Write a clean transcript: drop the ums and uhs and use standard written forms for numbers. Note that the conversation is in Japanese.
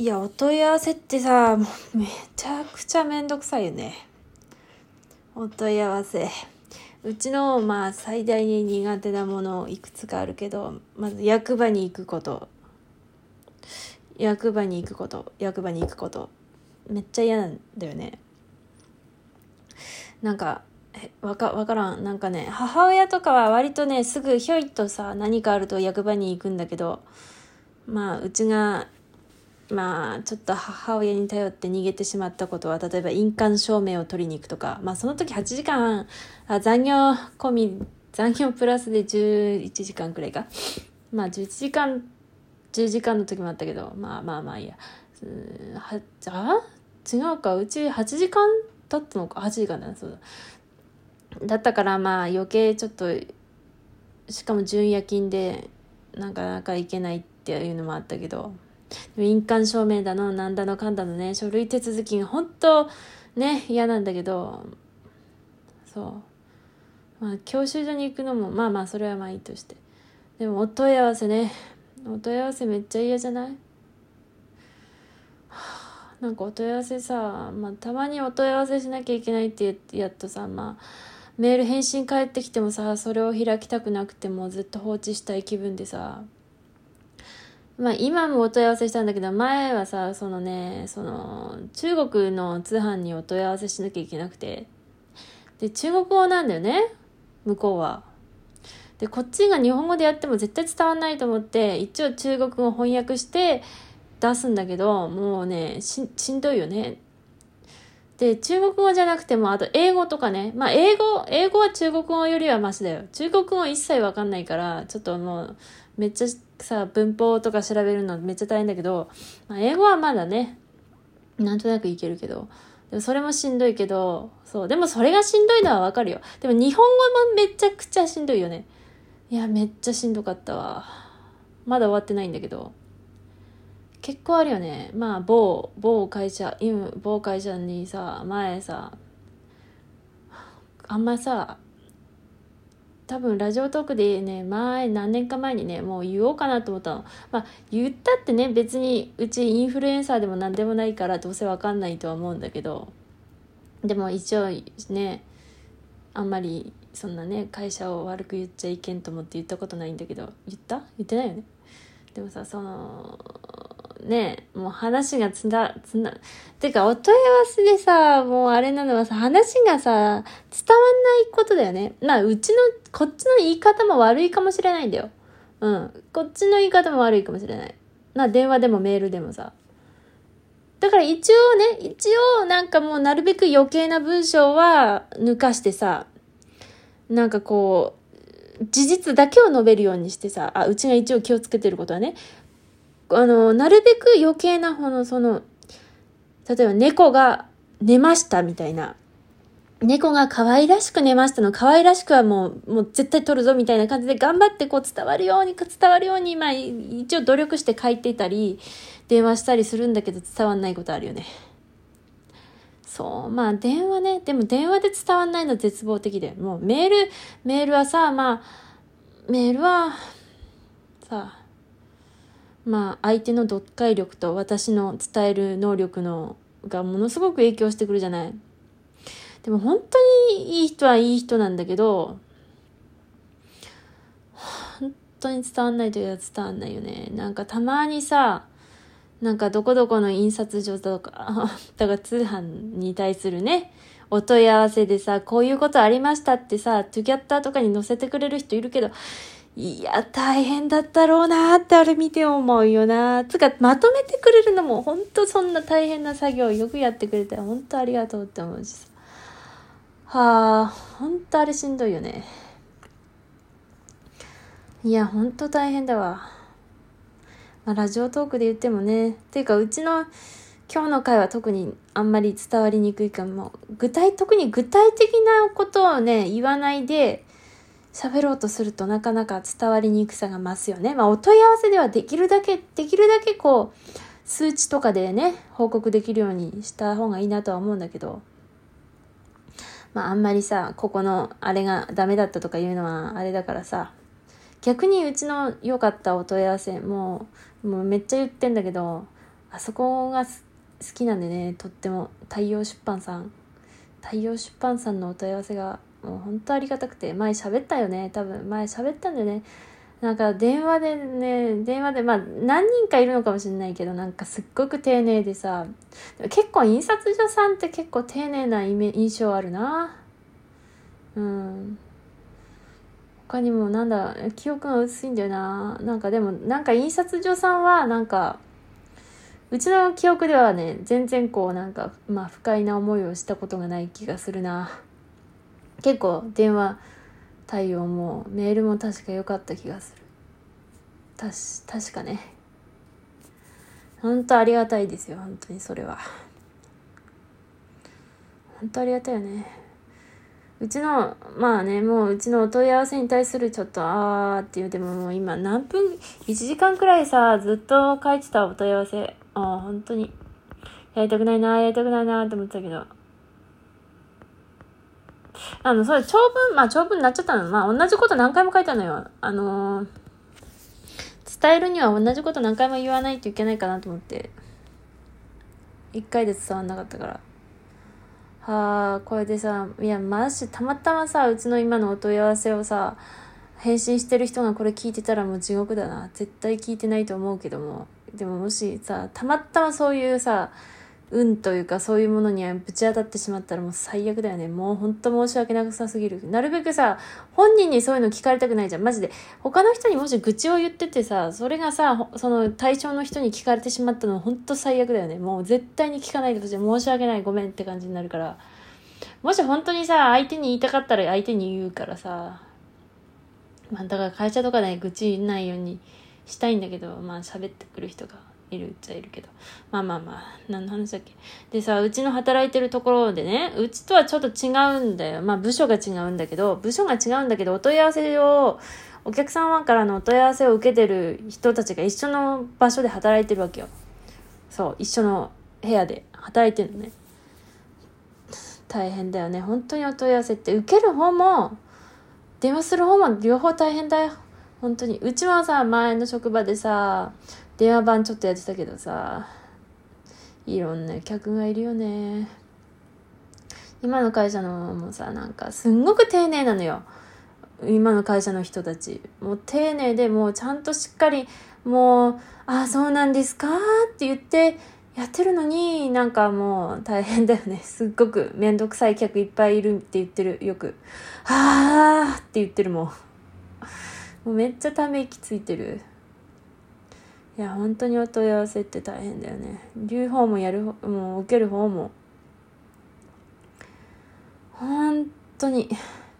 いや、お問い合わせってさ、もうめちゃくちゃめんどくさいよね。お問い合わせ。うちの、最大に苦手なものいくつかあるけど、まず役場に行くこと。役場に行くこと。めっちゃ嫌なんだよね。なんか、わからん。なんかね、母親とかは割とね、すぐひょいっとさ、何かあると役場に行くんだけど、うちが、ちょっと母親に頼って逃げてしまったことは、例えば印鑑証明を取りに行くとか、その時8時間、残業プラスで11時間くらいか。11時間、10時間の時もあったけど、いいや。違うか、うち8時間経ったのか、8時間だな、そうだ。だったから余計ちょっと、しかも準夜勤で、なかなか行けないっていうのもあったけど、印鑑証明だのなんだのかんだのね、書類手続きが本当ね嫌なんだけど、そう教習所に行くのもそれはいいとして、でもお問い合わせめっちゃ嫌じゃない？なんかお問い合わせさ、たまにお問い合わせしなきゃいけないってやっとさ、メール返信返ってきてもさ、それを開きたくなくてもずっと放置したい気分でさ、今もお問い合わせしたんだけど、前はさ、中国の通販にお問い合わせしなきゃいけなくて、で中国語なんだよね、向こうは。でこっちが日本語でやっても絶対伝わんないと思って、一応中国語翻訳して出すんだけど、もうね しんどいよね。で中国語じゃなくても、あと英語とかね、英語は中国語よりはマシだよ。中国語一切わかんないから、ちょっともうめっちゃさ、文法とか調べるのめっちゃ大変だけど、英語はまだねなんとなくいけるけど、でもそれもしんどいけど、でもそれがしんどいのはわかるよ。でも日本語もめちゃくちゃしんどいよね。いや、めっちゃしんどかったわ。まだ終わってないんだけど、結構あるよね。某会社にさ、前さ、あんまさ、多分ラジオトークでね、何年か前にね、もう言おうかなと思ったの。言ったってね、別にうちインフルエンサーでも何でもないから、どうせわかんないとは思うんだけど、でも一応ね、あんまりそんなね、会社を悪く言っちゃいけんと思って言ったことないんだけど、言ってないよね。でもさ、もう話がてかお問い合わせでさ、もうあれなのはさ、話がさ、伝わんないことだよね。こっちの言い方も悪いかもしれないんだよ。こっちの言い方も悪いかもしれない。電話でもメールでもさ。だから一応なんかもうなるべく余計な文章は抜かしてさ、なんかこう、事実だけを述べるようにしてさ、うちが一応気をつけてることはね、なるべく余計な例えば猫が寝ましたみたいな。猫が可愛らしく寝ましたの。可愛らしくはもう絶対取るぞみたいな感じで頑張って伝わるように、一応努力して書いていたり、電話したりするんだけど伝わんないことあるよね。電話ね。でも電話で伝わんないの絶望的で。もうメールはさ、メールは、さ、相手の読解力と私の伝える能力がものすごく影響してくるじゃない。でも本当にいい人はいい人なんだけど、本当に伝わんないというか伝わんないよね。なんかたまにさ、なんかどこどこの印刷所とか、だから通販に対するね、お問い合わせでさ、こういうことありましたってさ、トゥギャッターとかに載せてくれる人いるけど、いや、大変だったろうなってあれ見て思うよな。まとめてくれるのも、ほんとそんな大変な作業よくやってくれて、ほんとありがとうって思うしさ。ほんとあれしんどいよね。いや、ほんと大変だわ。ラジオトークで言ってもね、ていうかうちの今日の回は特にあんまり伝わりにくいから、もう特に具体的なことをね、言わないで、喋ろうとするとなかなか伝わりにくさが増すよね。お問い合わせではできるだけこう、数値とかでね、報告できるようにした方がいいなとは思うんだけど、あんまりさ、ここのあれがダメだったとかいうのはあれだからさ、逆にうちの良かったお問い合わせもうめっちゃ言ってんだけど、 あそこが好きなんでね、とっても。太陽出版さんのお問い合わせがもう本当ありがたくて、前喋ったよね、多分前喋ったんだよね。なんか電話でまあ何人かいるのかもしれないけど、なんかすっごく丁寧でさ、結構印刷所さんって結構丁寧な印象あるな。他にもなんだ、記憶が薄いんだよな。なんかでもなんか印刷所さんはなんかうちの記憶ではね、全然こうなんかまあ不快な思いをしたことがない気がするな。結構電話対応もメールも確か良かった気がする。確かね。本当ありがたいですよ、本当にそれは。本当ありがたいよね。うちのお問い合わせに対するちょっとっていう、でももう今何分、1時間くらいさ、ずっと書いてたお問い合わせ。本当に。やりたくないなって思ってたけど。それ長文になっちゃったの。同じこと何回も書いたのよ。伝えるには同じこと何回も言わないといけないかなと思って。1回で伝わんなかったから。これでさ、いや、マジたまたまさ、うちの今のお問い合わせをさ、返信してる人がこれ聞いてたらもう地獄だな。絶対聞いてないと思うけども。でももしさ、たまたまそういうさ、運というかそういうものにぶち当たってしまったらもう最悪だよね。もうほんと申し訳なさすぎる。なるべくさ、本人にそういうの聞かれたくないじゃん。マジで。他の人にもし愚痴を言っててさ、それがさ、その対象の人に聞かれてしまったのはほんと最悪だよね。もう絶対に聞かないでほしい。申し訳ない。ごめんって感じになるから。もし本当にさ、相手に言いたかったら相手に言うからさ。だから会社とかで愚痴ないようにしたいんだけど、喋ってくる人がいるっちゃいるけど。何の話だっけ。でさ、うちの働いてるところでね、うちとはちょっと違うんだよ。部署が違うんだけど、お問い合わせを、お客様からのお問い合わせを受けてる人たちが一緒の場所で働いてるわけよ。そう、一緒の部屋で働いてるのね。大変だよね。本当にお問い合わせって受ける方も、電話する方も両方大変だよ。本当に。うちはさ、前の職場でさ、電話番ちょっとやってたけどさ、いろんな客がいるよね。今の会社のもさ、なんかすんごく丁寧なのよ。今の会社の人たち。もう丁寧で、もうちゃんとしっかり、もう、そうなんですかって言ってやってるのに、なんかもう大変だよね。すっごくめんどくさい客いっぱいいるって言ってる。よく。って言ってるもん。もうめっちゃため息ついてる。いや、本当にお問い合わせって大変だよね。言う方ももう受ける方も。本当に。